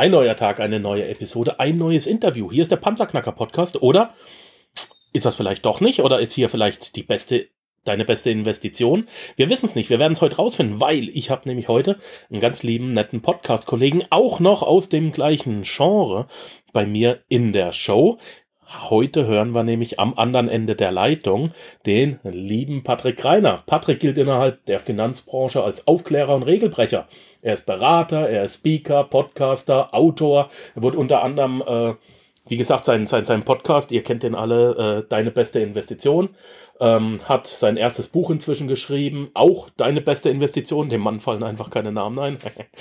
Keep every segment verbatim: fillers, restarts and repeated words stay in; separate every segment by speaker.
Speaker 1: Ein neuer Tag, eine neue Episode, ein neues Interview. Hier ist der Panzerknacker-Podcast, oder? Ist das vielleicht doch nicht? Oder ist hier vielleicht die beste, deine beste Investition? Wir wissen es nicht, wir werden es heute rausfinden, weil ich habe nämlich heute einen ganz lieben, netten Podcast-Kollegen, auch noch aus dem gleichen Genre, bei mir in der Show. Heute hören wir nämlich am anderen Ende der Leitung den lieben Patrick Reiner. Patrick gilt innerhalb der Finanzbranche als Aufklärer und Regelbrecher. Er ist Berater, er ist Speaker, Podcaster, Autor. Er wird unter anderem, äh, wie gesagt, sein, sein, sein Podcast, ihr kennt den alle, äh, Deine beste Investition, ähm, hat sein erstes Buch inzwischen geschrieben, auch Deine beste Investition, dem Mann fallen einfach keine Namen ein.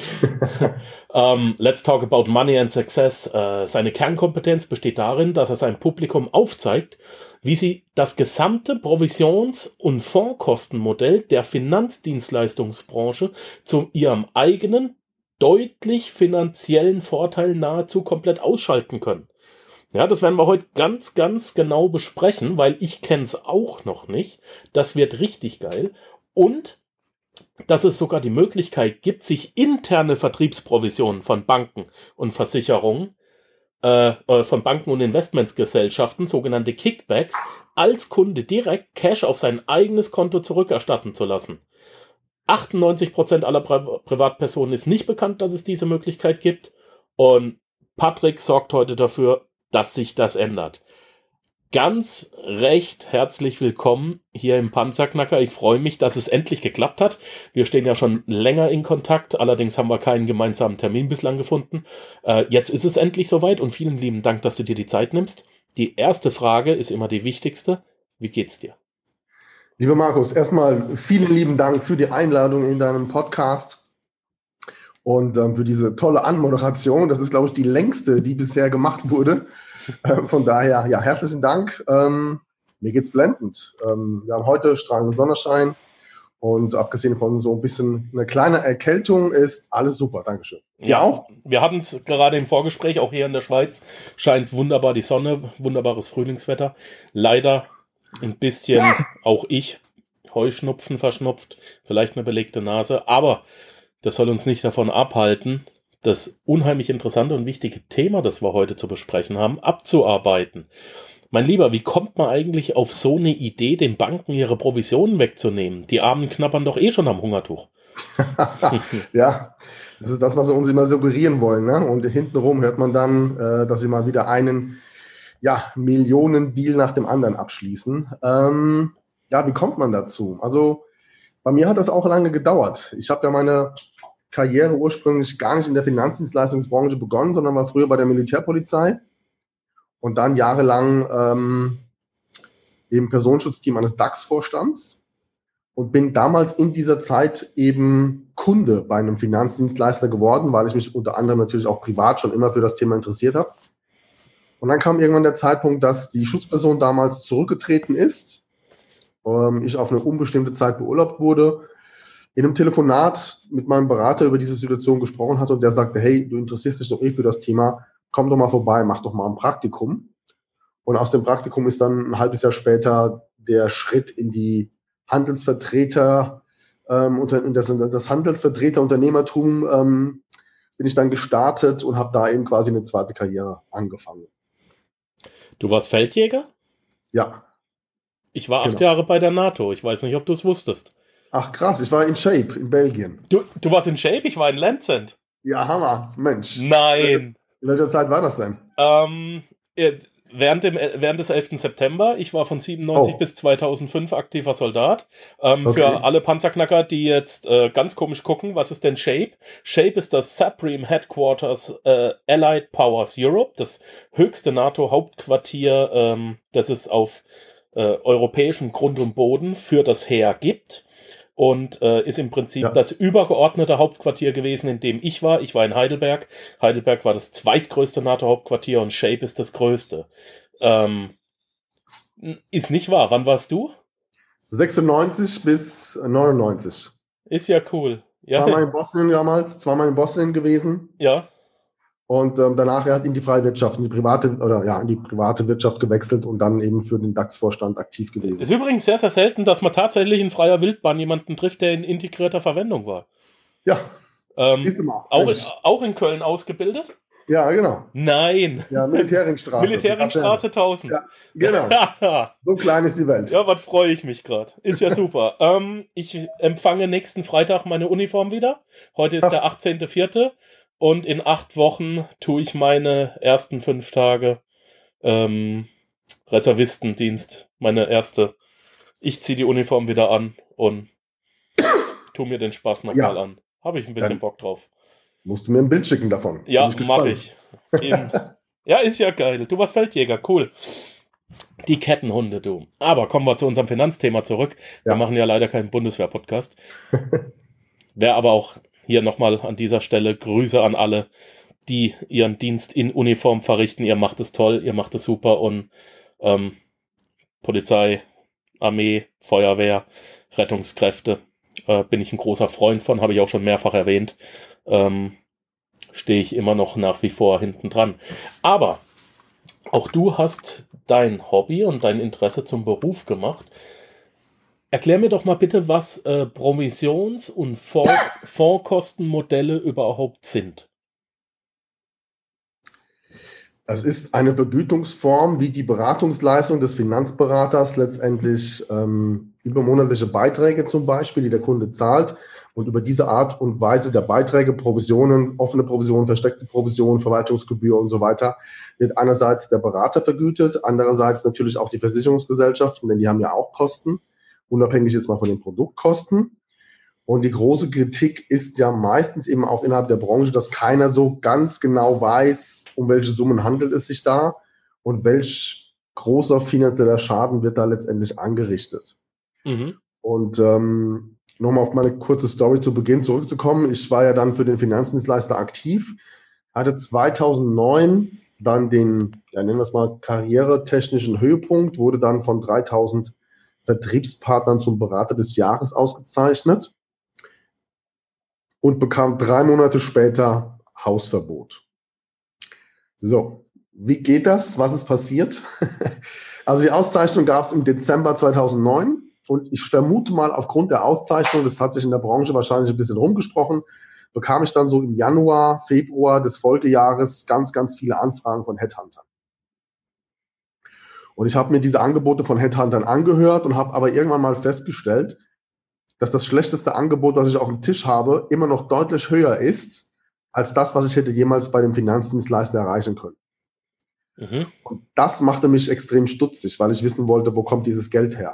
Speaker 1: um, Let's Talk About Money and Success. Äh, seine Kernkompetenz besteht darin, dass er sein Publikum aufzeigt, wie sie das gesamte Provisions- und Fondskostenmodell der Finanzdienstleistungsbranche zu ihrem eigenen, deutlich finanziellen Vorteil nahezu komplett ausschalten können. Ja, das werden wir heute ganz, ganz genau besprechen, weil ich kenne es auch noch nicht. Das wird richtig geil. Und dass es sogar die Möglichkeit gibt, sich interne Vertriebsprovisionen von Banken und Versicherungen, äh, von Banken und Investmentsgesellschaften, sogenannte Kickbacks, als Kunde direkt Cash auf sein eigenes Konto zurückerstatten zu lassen. achtundneunzig Prozent aller Pri- Privatpersonen ist nicht bekannt, dass es diese Möglichkeit gibt. Und Patrick sorgt heute dafür, dass sich das ändert. Ganz recht herzlich willkommen hier im Panzerknacker. Ich freue mich, dass es endlich geklappt hat. Wir stehen ja schon länger in Kontakt, allerdings haben wir keinen gemeinsamen Termin bislang gefunden. Äh, jetzt ist es endlich soweit und vielen lieben Dank, dass du dir die Zeit nimmst. Die erste Frage ist immer die wichtigste. Wie geht's dir?
Speaker 2: Lieber Markus, erstmal vielen lieben Dank für die Einladung in deinem Podcast und ähm, für diese tolle Anmoderation. Das ist, glaube ich, die längste, die bisher gemacht wurde. Ähm, von daher, ja, herzlichen Dank. Ähm, mir geht's blendend. Ähm, wir haben heute strahlenden Sonnenschein und abgesehen von so ein bisschen eine kleine Erkältung ist alles super. Dankeschön.
Speaker 1: Ja, auch? Wir hatten es gerade im Vorgespräch, auch hier in der Schweiz scheint wunderbar die Sonne, wunderbares Frühlingswetter. Leider ein bisschen, auch ich, Heuschnupfen verschnupft, vielleicht eine belegte Nase, aber das soll uns nicht davon abhalten, das unheimlich interessante und wichtige Thema, das wir heute zu besprechen haben, abzuarbeiten. Mein Lieber, wie kommt man eigentlich auf so eine Idee, den Banken ihre Provisionen wegzunehmen? Die Armen knabbern doch eh schon am Hungertuch.
Speaker 2: Ja, das ist das, was sie uns immer suggerieren wollen, ne? Und hintenrum hört man dann, äh, dass sie mal wieder einen ja, Millionen-Deal nach dem anderen abschließen. Ähm, ja, wie kommt man dazu? Also bei mir hat das auch lange gedauert. Ich habe ja meine Karriere ursprünglich gar nicht in der Finanzdienstleistungsbranche begonnen, sondern war früher bei der Militärpolizei und dann jahrelang ähm, im Personenschutzteam eines DAX-Vorstands und bin damals in dieser Zeit eben Kunde bei einem Finanzdienstleister geworden, weil ich mich unter anderem natürlich auch privat schon immer für das Thema interessiert habe. Und dann kam irgendwann der Zeitpunkt, dass die Schutzperson damals zurückgetreten ist, ähm, ich auf eine unbestimmte Zeit beurlaubt wurde, in einem Telefonat mit meinem Berater über diese Situation gesprochen hatte und der sagte, hey, du interessierst dich doch eh für das Thema, komm doch mal vorbei, mach doch mal ein Praktikum. Und aus dem Praktikum ist dann ein halbes Jahr später der Schritt in die Handelsvertreter, ähm, unter, in das, das Handelsvertreter-Unternehmertum ähm, bin ich dann gestartet und habe da eben quasi eine zweite Karriere angefangen.
Speaker 1: Du warst Feldjäger?
Speaker 2: Ja.
Speaker 1: Ich war acht
Speaker 2: Genau.
Speaker 1: Jahre bei der NATO. Ich weiß nicht, ob du es wusstest.
Speaker 2: Ach krass, ich war in Shape in Belgien.
Speaker 1: Du, du warst in Shape? Ich war in Lancet.
Speaker 2: Ja, Hammer, Mensch.
Speaker 1: Nein.
Speaker 2: In welcher Zeit war das denn?
Speaker 1: Ähm, während, dem, während des elften September. Ich war von siebenundneunzig
Speaker 2: Oh.
Speaker 1: bis zweitausendfünf aktiver Soldat. Ähm,
Speaker 2: Okay.
Speaker 1: Für alle Panzerknacker, die jetzt äh, ganz komisch gucken, was ist denn Shape? Shape ist das Supreme Headquarters äh, Allied Powers Europe, das höchste NATO-Hauptquartier, ähm, das es auf äh, europäischem Grund und Boden für das Heer gibt. Und äh, ist im Prinzip
Speaker 2: Ja.
Speaker 1: das übergeordnete Hauptquartier gewesen, in dem ich war. Ich war in Heidelberg. Heidelberg war das zweitgrößte NATO-Hauptquartier und Shape ist das größte. Ähm, ist nicht wahr. Wann warst du?
Speaker 2: sechsundneunzig bis neunundneunzig.
Speaker 1: Ist ja cool. Ja,
Speaker 2: Zweimal in Bosnien damals, zweimal in Bosnien gewesen
Speaker 1: ja.
Speaker 2: und ähm, danach er hat in die freie Wirtschaft, in die private oder ja in die private Wirtschaft gewechselt und dann eben für den DAX-Vorstand aktiv gewesen.
Speaker 1: Ist übrigens sehr, sehr selten, dass man tatsächlich in freier Wildbahn jemanden trifft, der in integrierter Verwendung war.
Speaker 2: Ja,
Speaker 1: Ähm,
Speaker 2: siehst du mal.
Speaker 1: auch, in,
Speaker 2: Mensch.
Speaker 1: auch in Köln ausgebildet?
Speaker 2: Ja, genau.
Speaker 1: Nein.
Speaker 2: Ja, Militärringstraße.
Speaker 1: Militärringstraße tausend.
Speaker 2: Ja, genau. So klein ist die Welt.
Speaker 1: Ja, was freue ich mich gerade. Ist ja super. ähm, ich empfange nächsten Freitag meine Uniform wieder. Heute ist Ach. der achtzehnter vierte und in acht Wochen tue ich meine ersten fünf Tage ähm, Reservistendienst. Meine erste. Ich ziehe die Uniform wieder an und tu mir den Spaß nochmal ja. an. Habe ich ein bisschen Dann Bock drauf.
Speaker 2: Musst du mir ein Bild schicken davon?
Speaker 1: Ja, mache ich. In, ja, ist ja geil. Du warst Feldjäger, cool. Die Kettenhunde, du. Aber kommen wir zu unserem Finanzthema zurück. Wir ja. machen ja leider keinen Bundeswehr-Podcast. Wäre aber auch hier nochmal an dieser Stelle Grüße an alle, die ihren Dienst in Uniform verrichten. Ihr macht es toll, ihr macht es super und ähm, Polizei, Armee, Feuerwehr, Rettungskräfte, äh, bin ich ein großer Freund von, habe ich auch schon mehrfach erwähnt. Ähm, stehe ich immer noch nach wie vor hinten dran. Aber auch du hast dein Hobby und dein Interesse zum Beruf gemacht. Erklär mir doch mal bitte, was äh, Provisions- und Fondskostenmodelle überhaupt sind.
Speaker 2: Es ist eine Vergütungsform, wie die Beratungsleistung des Finanzberaters letztendlich ähm, über monatliche Beiträge zum Beispiel, die der Kunde zahlt, und über diese Art und Weise der Beiträge, Provisionen, offene Provisionen, versteckte Provisionen, Verwaltungsgebühr und so weiter, wird einerseits der Berater vergütet, andererseits natürlich auch die Versicherungsgesellschaften, denn die haben ja auch Kosten, unabhängig jetzt mal von den Produktkosten. Und die große Kritik ist ja meistens eben auch innerhalb der Branche, dass keiner so ganz genau weiß, um welche Summen handelt es sich da und welch großer finanzieller Schaden wird da letztendlich angerichtet. Mhm. Und ähm, nochmal auf meine kurze Story zu Beginn zurückzukommen. Ich war ja dann für den Finanzdienstleister aktiv, hatte zweitausendneun dann den, ja, nennen wir es mal, karrieretechnischen Höhepunkt, wurde dann von dreitausend Vertriebspartnern zum Berater des Jahres ausgezeichnet und bekam drei Monate später Hausverbot. So, wie geht das? Was ist passiert? Also die Auszeichnung gab es im Dezember zweitausendneun und ich vermute mal aufgrund der Auszeichnung, das hat sich in der Branche wahrscheinlich ein bisschen rumgesprochen, bekam ich dann so im Januar, Februar des Folgejahres ganz, ganz viele Anfragen von Headhuntern. Und ich habe mir diese Angebote von Headhuntern angehört und habe aber irgendwann mal festgestellt, dass das schlechteste Angebot, was ich auf dem Tisch habe, immer noch deutlich höher ist, als das, was ich hätte jemals bei dem Finanzdienstleister erreichen können. Mhm. Und das machte mich extrem stutzig, weil ich wissen wollte, wo kommt dieses Geld her.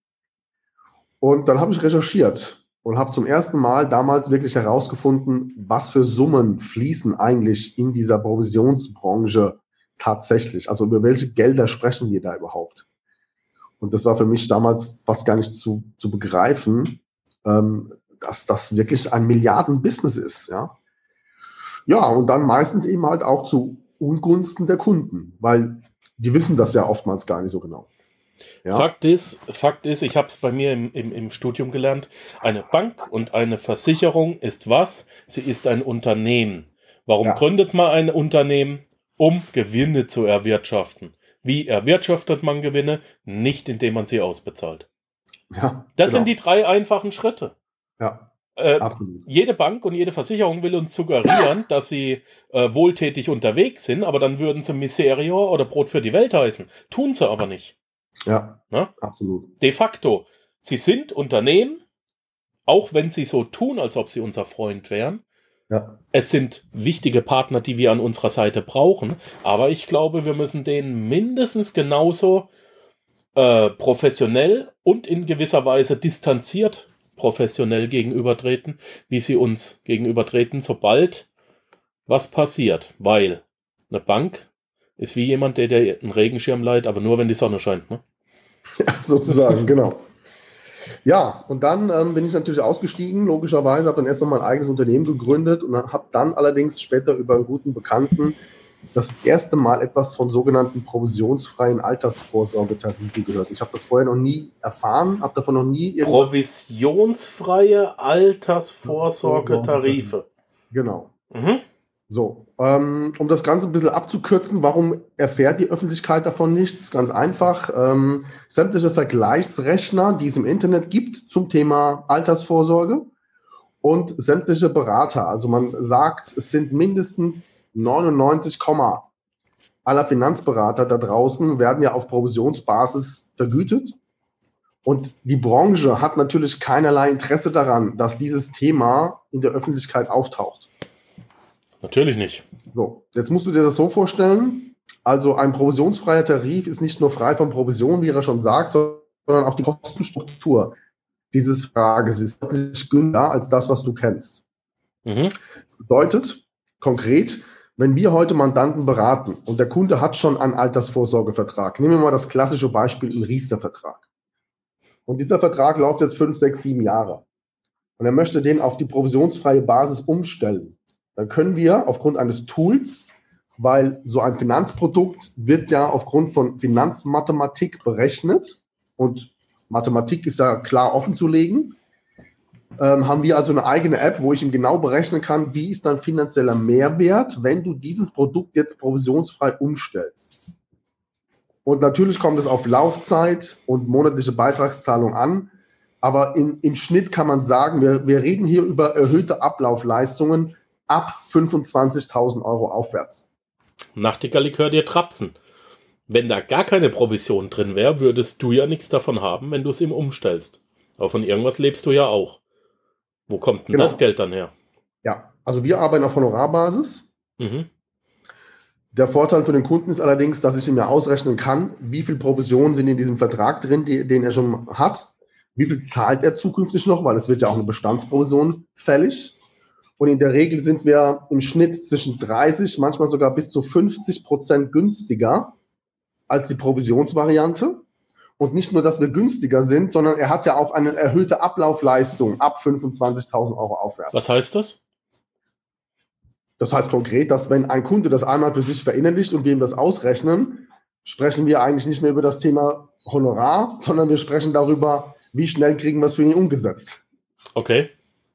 Speaker 2: Und dann habe ich recherchiert und habe zum ersten Mal damals wirklich herausgefunden, was für Summen fließen eigentlich in dieser Provisionsbranche tatsächlich. Also über welche Gelder sprechen wir da überhaupt? Und das war für mich damals fast gar nicht zu, zu begreifen, ähm, dass das wirklich ein Milliardenbusiness ist. Ja? Ja, und dann meistens eben halt auch zu Ungunsten der Kunden, weil die wissen das ja oftmals gar nicht so genau. Ja?
Speaker 1: Fakt ist, Fakt ist, ich habe es bei mir im, im, im Studium gelernt, eine Bank und eine Versicherung ist was? Sie ist ein Unternehmen. Warum ja. gründet man ein Unternehmen? Um Gewinne zu erwirtschaften. Wie erwirtschaftet man Gewinne? Nicht, indem man sie ausbezahlt. Ja, das genau. sind die drei einfachen Schritte.
Speaker 2: Ja,
Speaker 1: äh,
Speaker 2: absolut.
Speaker 1: Jede Bank und jede Versicherung will uns suggerieren, dass sie äh, wohltätig unterwegs sind, aber dann würden sie Miserior oder Brot für die Welt heißen. Tun sie aber nicht.
Speaker 2: Ja,
Speaker 1: Na?
Speaker 2: absolut.
Speaker 1: De facto, sie sind Unternehmen, auch wenn sie so tun, als ob sie unser Freund wären.
Speaker 2: Ja.
Speaker 1: Es sind wichtige Partner, die wir an unserer Seite brauchen, aber ich glaube, wir müssen denen mindestens genauso äh, professionell und in gewisser Weise distanziert professionell gegenübertreten, wie sie uns gegenübertreten, sobald was passiert. Weil eine Bank ist wie jemand, der, der einen Regenschirm leiht, aber nur, wenn die Sonne scheint. Ne?
Speaker 2: Ja, sozusagen, genau. Ja, und dann ähm, bin ich natürlich ausgestiegen, logischerweise, habe dann erst noch mein eigenes Unternehmen gegründet und habe dann allerdings später über einen guten Bekannten das erste Mal etwas von sogenannten provisionsfreien Altersvorsorgetarife gehört. Ich habe das vorher noch nie erfahren, habe davon noch nie
Speaker 1: irgendwas... Provisionsfreie Altersvorsorgetarife.
Speaker 2: Genau. Mhm. So, ähm, um das Ganze ein bisschen abzukürzen, warum erfährt die Öffentlichkeit davon nichts? Ganz einfach, ähm, sämtliche Vergleichsrechner, die es im Internet gibt zum Thema Altersvorsorge und sämtliche Berater. Also man sagt, es sind mindestens neunundneunzig, aller Finanzberater da draußen werden ja auf Provisionsbasis vergütet. Und die Branche hat natürlich keinerlei Interesse daran, dass dieses Thema in der Öffentlichkeit auftaucht.
Speaker 1: Natürlich nicht.
Speaker 2: So, jetzt musst du dir das so vorstellen. Also ein provisionsfreier Tarif ist nicht nur frei von Provision, wie er schon sagt, sondern auch die Kostenstruktur dieses Vertrages ist deutlich günstiger als das, was du kennst. Mhm. Das bedeutet konkret, wenn wir heute Mandanten beraten und der Kunde hat schon einen Altersvorsorgevertrag, nehmen wir mal das klassische Beispiel, einen Riester-Vertrag. Und dieser Vertrag läuft jetzt fünf, sechs, sieben Jahre. Und er möchte den auf die provisionsfreie Basis umstellen. Dann können wir aufgrund eines Tools, weil so ein Finanzprodukt wird ja aufgrund von Finanzmathematik berechnet und Mathematik ist ja klar offenzulegen, ähm, haben wir also eine eigene App, wo ich ihm genau berechnen kann, wie ist dein finanzieller Mehrwert, wenn du dieses Produkt jetzt provisionsfrei umstellst. Und natürlich kommt es auf Laufzeit und monatliche Beitragszahlung an, aber in, im Schnitt kann man sagen, wir, wir reden hier über erhöhte Ablaufleistungen ab fünfundzwanzigtausend Euro aufwärts.
Speaker 1: Nachtigall-Likör dir trapsen. Wenn da gar keine Provision drin wäre, würdest du ja nichts davon haben, wenn du es ihm umstellst. Aber von irgendwas lebst du ja auch. Wo kommt denn genau. das Geld dann her?
Speaker 2: Ja, also wir arbeiten auf Honorarbasis. Mhm. Der Vorteil für den Kunden ist allerdings, dass ich ihm ja ausrechnen kann, wie viel Provisionen sind in diesem Vertrag drin, die, den er schon hat. Wie viel zahlt er zukünftig noch, weil es wird ja auch eine Bestandsprovision fällig. Und in der Regel sind wir im Schnitt zwischen dreißig, manchmal sogar bis zu fünfzig Prozent günstiger als die Provisionsvariante. Und nicht nur, dass wir günstiger sind, sondern er hat ja auch eine erhöhte Ablaufleistung ab fünfundzwanzigtausend Euro aufwärts.
Speaker 1: Was heißt das?
Speaker 2: Das heißt konkret, dass wenn ein Kunde das einmal für sich verinnerlicht und wir ihm das ausrechnen, sprechen wir eigentlich nicht mehr über das Thema Honorar, sondern wir sprechen darüber, wie schnell kriegen wir es für ihn umgesetzt.
Speaker 1: Okay.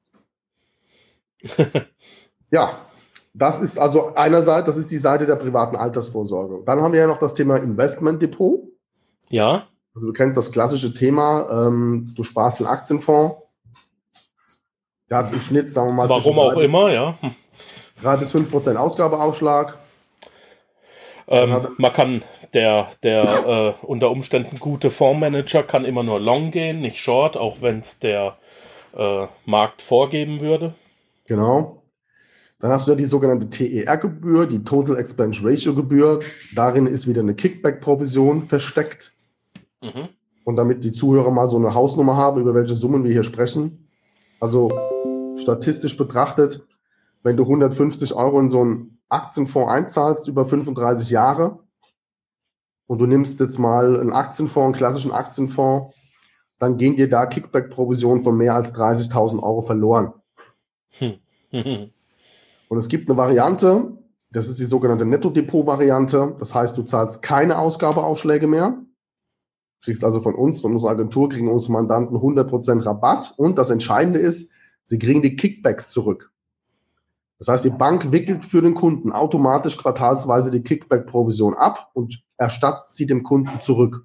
Speaker 2: Ja, das ist also einerseits, das ist die Seite der privaten Altersvorsorge. Dann haben wir ja noch das Thema Investmentdepot.
Speaker 1: Ja.
Speaker 2: Also du kennst das klassische Thema, ähm, du sparst einen Aktienfonds. Der hat im Schnitt, sagen wir mal,
Speaker 1: warum auch bis, immer, ja.
Speaker 2: drei bis fünf Prozent Ausgabeaufschlag.
Speaker 1: Ähm, man kann, der, der äh, unter Umständen gute Fondsmanager kann immer nur long gehen, nicht short, auch wenn es der äh, Markt vorgeben würde.
Speaker 2: Genau. Dann hast du ja die sogenannte T E R-Gebühr, die Total Expense Ratio-Gebühr. Darin ist wieder eine Kickback-Provision versteckt. Mhm. Und damit die Zuhörer mal so eine Hausnummer haben, über welche Summen wir hier sprechen. Also statistisch betrachtet, wenn du hundertfünfzig Euro in so einen Aktienfonds einzahlst über fünfunddreißig Jahre und du nimmst jetzt mal einen Aktienfonds, einen klassischen Aktienfonds, dann gehen dir da Kickback-Provisionen von mehr als dreißigtausend Euro verloren. Hm. Und es gibt eine Variante, das ist die sogenannte Netto-Depot-Variante. Das heißt, du zahlst keine Ausgabeaufschläge mehr. Kriegst also von uns, von unserer Agentur, kriegen unsere Mandanten hundert Prozent Rabatt. Und das Entscheidende ist, sie kriegen die Kickbacks zurück. Das heißt, die Bank wickelt für den Kunden automatisch quartalsweise die Kickback-Provision ab und erstattet sie dem Kunden zurück.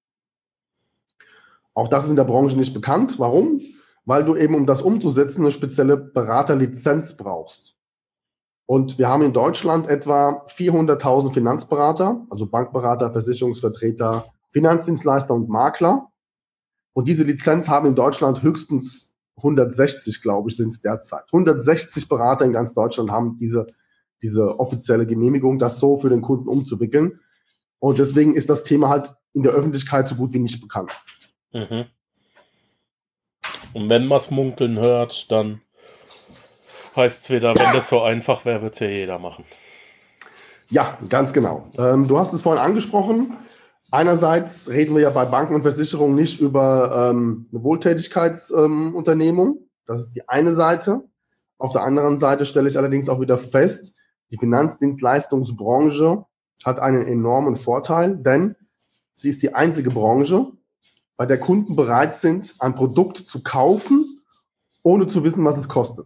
Speaker 2: Auch das ist in der Branche nicht bekannt. Warum? Weil du eben, um das umzusetzen, eine spezielle Beraterlizenz brauchst. Und wir haben in Deutschland etwa vierhunderttausend Finanzberater, also Bankberater, Versicherungsvertreter, Finanzdienstleister und Makler. Und diese Lizenz haben in Deutschland höchstens hundertsechzig, glaube ich, sind es derzeit. hundertsechzig Berater in ganz Deutschland haben diese, diese offizielle Genehmigung, das so für den Kunden umzuwickeln. Und deswegen ist das Thema halt in der Öffentlichkeit so gut wie nicht bekannt.
Speaker 1: Mhm. Und wenn man es munkeln hört, dann heißt es wieder, wenn das so einfach wäre, wird es ja jeder machen.
Speaker 2: Ja, ganz genau. Ähm, du hast es vorhin angesprochen. Einerseits reden wir ja bei Banken und Versicherungen nicht über ähm, eine Wohltätigkeitsunternehmung. Ähm, das ist die eine Seite. Auf der anderen Seite stelle ich allerdings auch wieder fest, die Finanzdienstleistungsbranche hat einen enormen Vorteil, denn sie ist die einzige Branche, bei der Kunden bereit sind, ein Produkt zu kaufen, ohne zu wissen, was es kostet.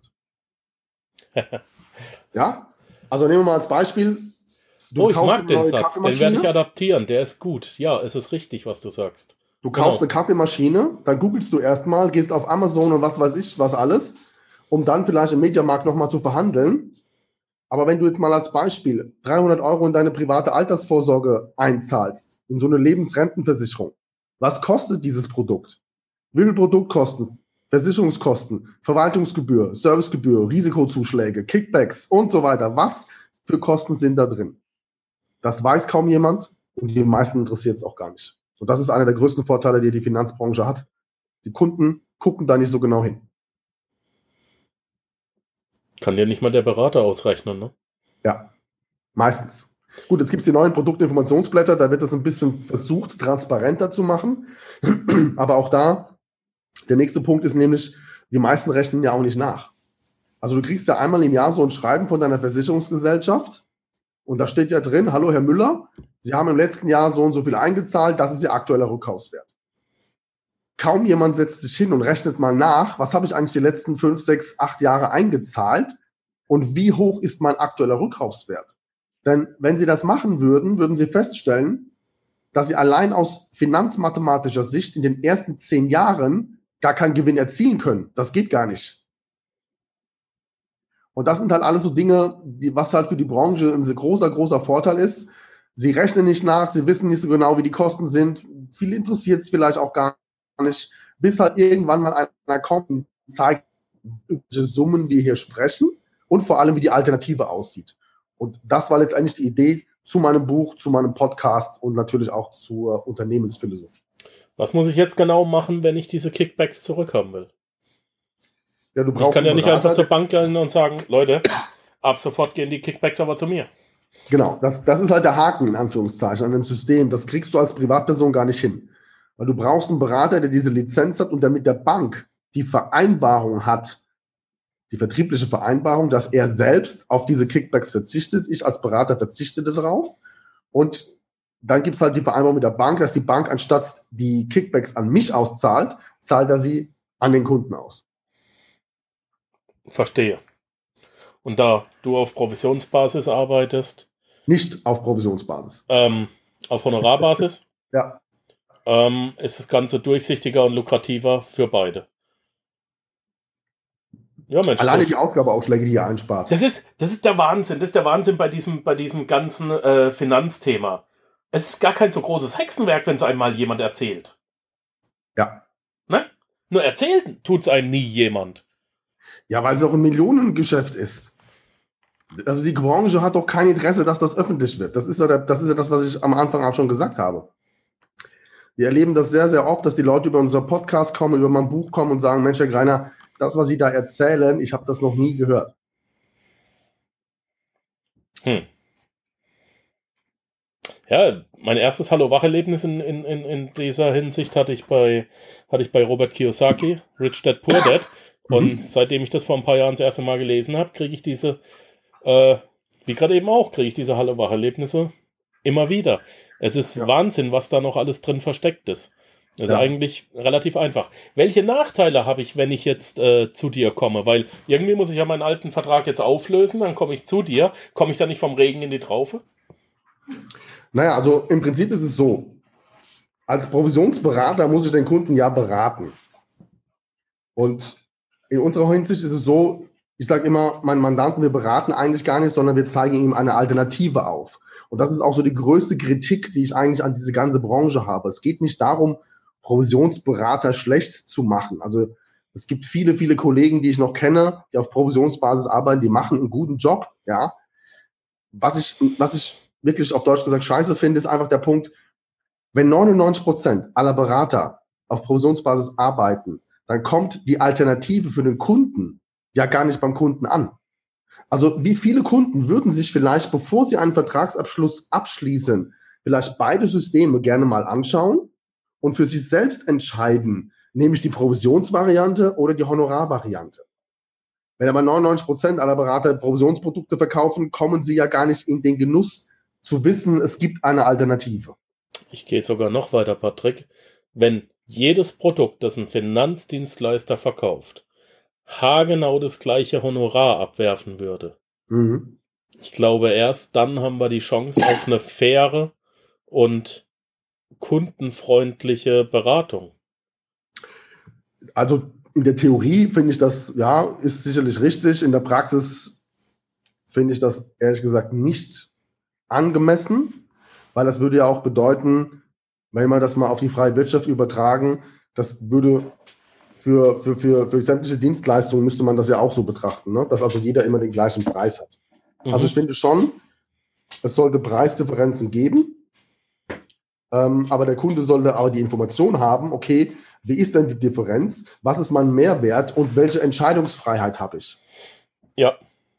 Speaker 2: Ja? Also nehmen wir mal als Beispiel.
Speaker 1: Du oh, ich mag den Satz, den werde ich adaptieren, der ist gut. Ja, es ist richtig, was du sagst.
Speaker 2: Du kaufst genau. eine Kaffeemaschine, dann googelst du erstmal, gehst auf Amazon und was weiß ich, was alles um dann vielleicht im Mediamarkt nochmal zu verhandeln. Aber wenn du jetzt mal als Beispiel dreihundert Euro in deine private Altersvorsorge einzahlst, in so eine Lebensrentenversicherung, was kostet dieses Produkt? Wie viel Produktkosten, Versicherungskosten, Verwaltungsgebühr, Servicegebühr, Risikozuschläge, Kickbacks und so weiter? Was für Kosten sind da drin? Das weiß kaum jemand und die meisten interessiert es auch gar nicht. Und das ist einer der größten Vorteile, die die Finanzbranche hat. Die Kunden gucken da nicht so genau hin.
Speaker 1: Kann dir nicht mal der Berater ausrechnen, ne?
Speaker 2: Ja, meistens. Gut, jetzt gibt es die neuen Produktinformationsblätter, da wird das ein bisschen versucht, transparenter zu machen. Aber auch da, der nächste Punkt ist nämlich, die meisten rechnen ja auch nicht nach. Also du kriegst ja einmal im Jahr so ein Schreiben von deiner Versicherungsgesellschaft und da steht ja drin, hallo Herr Müller, Sie haben im letzten Jahr so und so viel eingezahlt, das ist Ihr aktueller Rückkaufswert. Kaum jemand setzt sich hin und rechnet mal nach, was habe ich eigentlich die letzten fünf, sechs, acht Jahre eingezahlt und wie hoch ist mein aktueller Rückkaufswert? Denn wenn Sie das machen würden, würden Sie feststellen, dass Sie allein aus finanzmathematischer Sicht in den ersten zehn Jahren gar keinen Gewinn erzielen können. Das geht gar nicht. Und das sind halt alles so Dinge, die, was halt für die Branche ein großer, großer Vorteil ist. Sie rechnen nicht nach, sie wissen nicht so genau, wie die Kosten sind. Viele interessiert es vielleicht auch gar nicht, bis halt irgendwann mal einer kommt und zeigt, welche Summen wir hier sprechen und vor allem, wie die Alternative aussieht. Und das war letztendlich die Idee zu meinem Buch, zu meinem Podcast und natürlich auch zur Unternehmensphilosophie.
Speaker 1: Was muss ich jetzt genau machen, wenn ich diese Kickbacks zurückhaben will?
Speaker 2: Ja, du brauchst
Speaker 1: ich kann ja nicht
Speaker 2: Berater,
Speaker 1: einfach zur Bank gehen und sagen, Leute, ab sofort gehen die Kickbacks aber zu mir.
Speaker 2: Genau, das, das ist halt der Haken in Anführungszeichen an dem System. Das kriegst du als Privatperson gar nicht hin. Weil du brauchst einen Berater, der diese Lizenz hat und der mit der Bank die Vereinbarung hat, die vertriebliche Vereinbarung, dass er selbst auf diese Kickbacks verzichtet. Ich als Berater verzichte darauf. Und dann gibt es halt die Vereinbarung mit der Bank, dass die Bank anstatt die Kickbacks an mich auszahlt, zahlt er sie an den Kunden aus.
Speaker 1: Verstehe. Und da du auf Provisionsbasis arbeitest?
Speaker 2: Nicht auf Provisionsbasis.
Speaker 1: Ähm, auf Honorarbasis?
Speaker 2: Ja.
Speaker 1: Ähm, ist das Ganze durchsichtiger und lukrativer für beide. Ja, Mensch,
Speaker 2: Alleine
Speaker 1: so.
Speaker 2: die Ausgabeausschläge, die ihr einspart.
Speaker 1: Das ist, das ist der Wahnsinn. Das ist der Wahnsinn bei diesem, bei diesem ganzen äh, Finanzthema. Es ist gar kein so großes Hexenwerk, wenn es einmal jemand erzählt.
Speaker 2: Ja.
Speaker 1: Ne? Nur erzählen tut's einem nie jemand.
Speaker 2: Ja, weil es auch ein Millionengeschäft ist. Also die Branche hat doch kein Interesse, dass das öffentlich wird. Das ist ja, der, das, ist ja das, was ich am Anfang auch schon gesagt habe. Wir erleben das sehr, sehr oft, dass die Leute über unser Podcast kommen, über mein Buch kommen und sagen, Mensch, Herr Greiner, das, was Sie da erzählen, ich habe das noch nie gehört.
Speaker 1: Hm. Ja, mein erstes Hallo-Wach-Erlebnis in, in, in dieser Hinsicht hatte ich bei, hatte ich bei Robert Kiyosaki, Rich Dad Poor Dad. Und mhm. seitdem ich das vor ein paar Jahren das erste Mal gelesen habe, kriege ich diese, äh, wie gerade eben auch, kriege ich diese Hallo-Wach-Erlebnisse immer wieder. Es ist ja. Wahnsinn, was da noch alles drin versteckt ist. Das ja. ist eigentlich relativ einfach. Welche Nachteile habe ich, wenn ich jetzt äh, zu dir komme? Weil irgendwie muss ich ja meinen alten Vertrag jetzt auflösen, dann komme ich zu dir. Komme ich dann nicht vom Regen in die Traufe?
Speaker 2: Naja, also im Prinzip ist es so, als Provisionsberater muss ich den Kunden ja beraten. Und in unserer Hinsicht ist es so, ich sage immer, meinen Mandanten, wir beraten eigentlich gar nicht, sondern wir zeigen ihm eine Alternative auf. Und das ist auch so die größte Kritik, die ich eigentlich an diese ganze Branche habe. Es geht nicht darum, Provisionsberater schlecht zu machen. Also es gibt viele, viele Kollegen, die ich noch kenne, die auf Provisionsbasis arbeiten, die machen einen guten Job, ja. Was ich, was ich wirklich auf Deutsch gesagt scheiße finde, ist einfach der Punkt, wenn neunundneunzig Prozent aller Berater auf Provisionsbasis arbeiten, dann kommt die Alternative für den Kunden ja gar nicht beim Kunden an. Also wie viele Kunden würden sich vielleicht, bevor sie einen Vertragsabschluss abschließen, vielleicht beide Systeme gerne mal anschauen und für sich selbst entscheiden, nehme ich die Provisionsvariante oder die Honorarvariante. Wenn aber neunundneunzig Prozent aller Berater Provisionsprodukte verkaufen, kommen sie ja gar nicht in den Genuss zu wissen, es gibt eine Alternative.
Speaker 1: Ich gehe sogar noch weiter, Patrick. Wenn jedes Produkt, das ein Finanzdienstleister verkauft, haargenau das gleiche Honorar abwerfen würde, mhm. ich glaube, erst dann haben wir die Chance auf eine faire und kundenfreundliche Beratung.
Speaker 2: Also in der Theorie finde ich das, ja, ist sicherlich richtig. In der Praxis finde ich das ehrlich gesagt nicht angemessen, weil das würde ja auch bedeuten, wenn wir das mal auf die freie Wirtschaft übertragen, das würde für, für, für, für sämtliche Dienstleistungen müsste man das ja auch so betrachten, ne? Dass also jeder immer den gleichen Preis hat. Mhm. Also ich finde schon, es sollte Preisdifferenzen geben, ähm, aber der Kunde sollte aber die Information haben, okay, wie ist denn die Differenz, was ist mein Mehrwert und welche Entscheidungsfreiheit habe ich?
Speaker 1: Ja.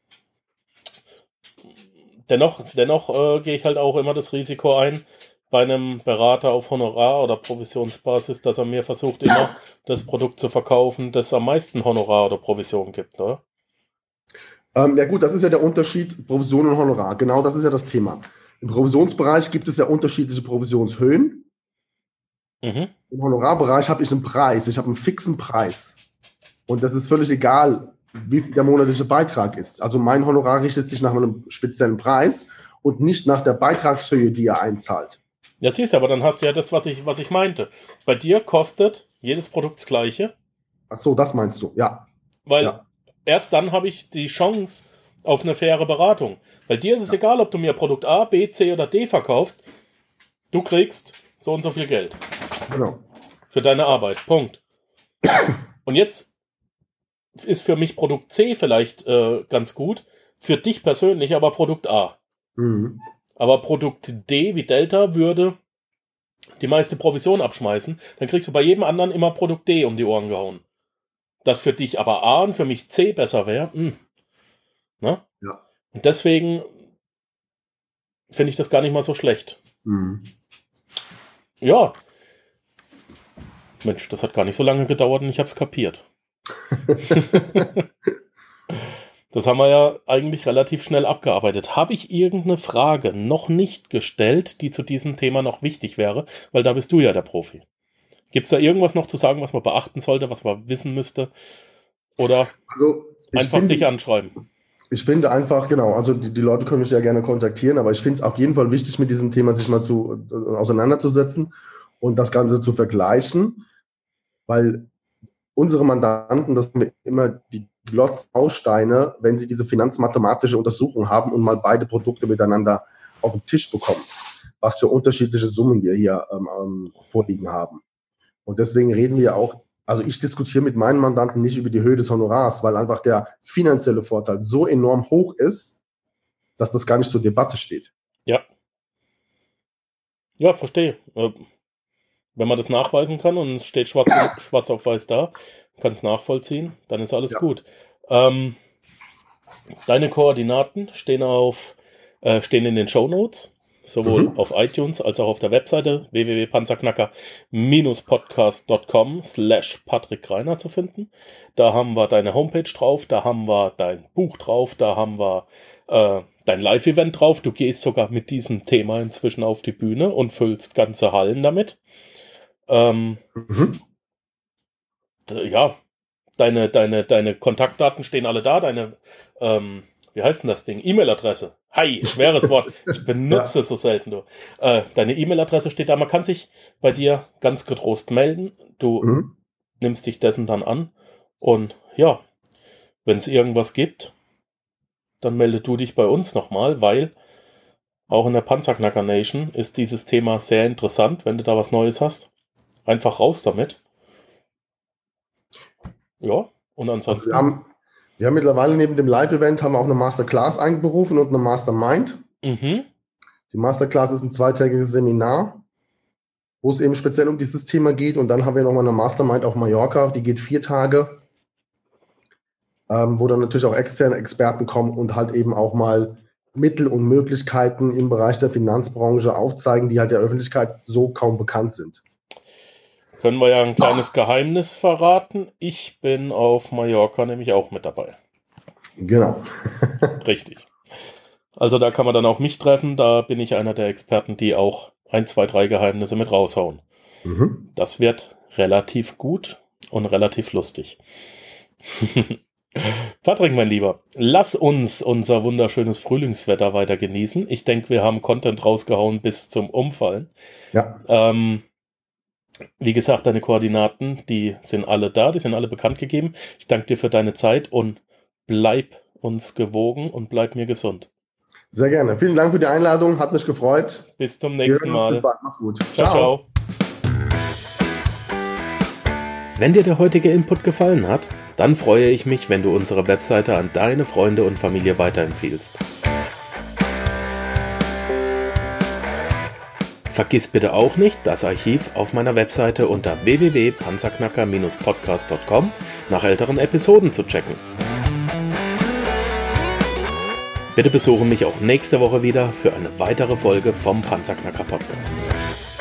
Speaker 1: Dennoch, dennoch äh, gehe ich halt auch immer das Risiko ein, bei einem Berater auf Honorar- oder Provisionsbasis, dass er mir versucht, immer das Produkt zu verkaufen, das am meisten Honorar oder Provision gibt, oder?
Speaker 2: Ähm, ja gut, das ist ja der Unterschied Provision und Honorar. Genau, das ist ja das Thema. Im Provisionsbereich gibt es ja unterschiedliche Provisionshöhen. Mhm. Im Honorarbereich habe ich einen Preis, ich habe einen fixen Preis. Und das ist völlig egal, wie der monatliche Beitrag ist. Also mein Honorar richtet sich nach einem speziellen Preis und nicht nach der Beitragshöhe, die er einzahlt.
Speaker 1: Ja, siehst du, aber dann hast du ja das, was ich, was ich meinte. Bei dir kostet jedes Produkt das Gleiche.
Speaker 2: Ach so, das meinst du, ja.
Speaker 1: Weil
Speaker 2: ja.
Speaker 1: erst dann habe ich die Chance auf eine faire Beratung. Weil dir ist es ja. egal, ob du mir Produkt A, B, C oder D verkaufst. Du kriegst so und so viel Geld.
Speaker 2: Genau.
Speaker 1: Für deine Arbeit. Punkt. Und jetzt ist für mich Produkt C vielleicht äh, ganz gut. Für dich persönlich aber Produkt A. Mhm. Aber Produkt D wie Delta würde die meiste Provision abschmeißen. Dann kriegst du bei jedem anderen immer Produkt D um die Ohren gehauen. Das für dich aber A und für mich C besser wäre. Ne?
Speaker 2: Ja.
Speaker 1: Und deswegen finde ich das gar nicht mal so schlecht.
Speaker 2: Mhm.
Speaker 1: Ja. Mensch, das hat gar nicht so lange gedauert und ich habe es kapiert. Das haben wir ja eigentlich relativ schnell abgearbeitet. Habe ich irgendeine Frage noch nicht gestellt, die zu diesem Thema noch wichtig wäre? Weil da bist du ja der Profi. Gibt es da irgendwas noch zu sagen, was man beachten sollte, was man wissen müsste? Oder
Speaker 2: also,
Speaker 1: einfach
Speaker 2: finde,
Speaker 1: dich anschreiben?
Speaker 2: Ich finde einfach, genau, also die, die Leute können mich ja gerne kontaktieren, aber ich finde es auf jeden Fall wichtig, mit diesem Thema sich mal zu, äh, auseinanderzusetzen und das Ganze zu vergleichen, weil unsere Mandanten, das sind immer die Glotz-Bausteine, wenn sie diese finanzmathematische Untersuchung haben und mal beide Produkte miteinander auf den Tisch bekommen, was für unterschiedliche Summen wir hier ähm, vorliegen haben. Und deswegen reden wir auch, also ich diskutiere mit meinen Mandanten nicht über die Höhe des Honorars, weil einfach der finanzielle Vorteil so enorm hoch ist, dass das gar nicht zur Debatte steht.
Speaker 1: Ja. Ja, verstehe. Wenn man das nachweisen kann und es steht schwarz, schwarz auf weiß da, kann es nachvollziehen, dann ist alles ja. gut. Ähm, deine Koordinaten stehen auf äh, stehen in den Shownotes, sowohl mhm. auf iTunes als auch auf der Webseite w w w punkt panzerknacker Bindestrich podcast punkt com slash Patrick Greiner zu finden. Da haben wir deine Homepage drauf, da haben wir dein Buch drauf, da haben wir äh, dein Live-Event drauf. Du gehst sogar mit diesem Thema inzwischen auf die Bühne und füllst ganze Hallen damit. Ähm, mhm. Ja, deine, deine, deine Kontaktdaten stehen alle da, deine, ähm, wie heißt denn das Ding? E-Mail-Adresse. Hi, schweres Wort. Ich benutze ja. es so selten. Du. Äh, deine E-Mail-Adresse steht da. Man kann sich bei dir ganz getrost melden. Du mhm. nimmst dich dessen dann an. Und ja, wenn es irgendwas gibt, dann melde du dich bei uns nochmal, weil auch in der Panzerknacker Nation ist dieses Thema sehr interessant, wenn du da was Neues hast. Einfach raus damit. Ja, und ansonsten...
Speaker 2: Also wir, haben, wir haben mittlerweile neben dem Live-Event haben wir auch eine Masterclass einberufen und eine Mastermind. Mhm. Die Masterclass ist ein zweitägiges Seminar, wo es eben speziell um dieses Thema geht. Und dann haben wir nochmal eine Mastermind auf Mallorca, die geht vier Tage, ähm, wo dann natürlich auch externe Experten kommen und halt eben auch mal Mittel und Möglichkeiten im Bereich der Finanzbranche aufzeigen, die halt der Öffentlichkeit so kaum bekannt sind.
Speaker 1: Können wir ja ein kleines Geheimnis verraten. Ich bin auf Mallorca nämlich auch mit dabei.
Speaker 2: Genau.
Speaker 1: Richtig. Also da kann man dann auch mich treffen. Da bin ich einer der Experten, die auch ein, zwei, drei Geheimnisse mit raushauen. Mhm. Das wird relativ gut und relativ lustig. Patrick, mein Lieber, lass uns unser wunderschönes Frühlingswetter weiter genießen. Ich denke, wir haben Content rausgehauen bis zum Umfallen.
Speaker 2: Ja.
Speaker 1: Ähm, Wie gesagt, deine Koordinaten, die sind alle da, die sind alle bekannt gegeben. Ich danke dir für deine Zeit und bleib uns gewogen und bleib mir gesund.
Speaker 2: Sehr gerne. Vielen Dank für die Einladung, hat mich gefreut.
Speaker 1: Bis zum nächsten Mal.
Speaker 2: Bis bald, mach's gut.
Speaker 1: Ciao, ciao. Wenn dir der heutige Input gefallen hat, dann freue ich mich, wenn du unsere Webseite an deine Freunde und Familie weiterempfiehlst. Vergiss bitte auch nicht, das Archiv auf meiner Webseite unter w w w punkt panzerknacker Bindestrich podcast punkt com nach älteren Episoden zu checken. Bitte besuche mich auch nächste Woche wieder für eine weitere Folge vom Panzerknacker Podcast.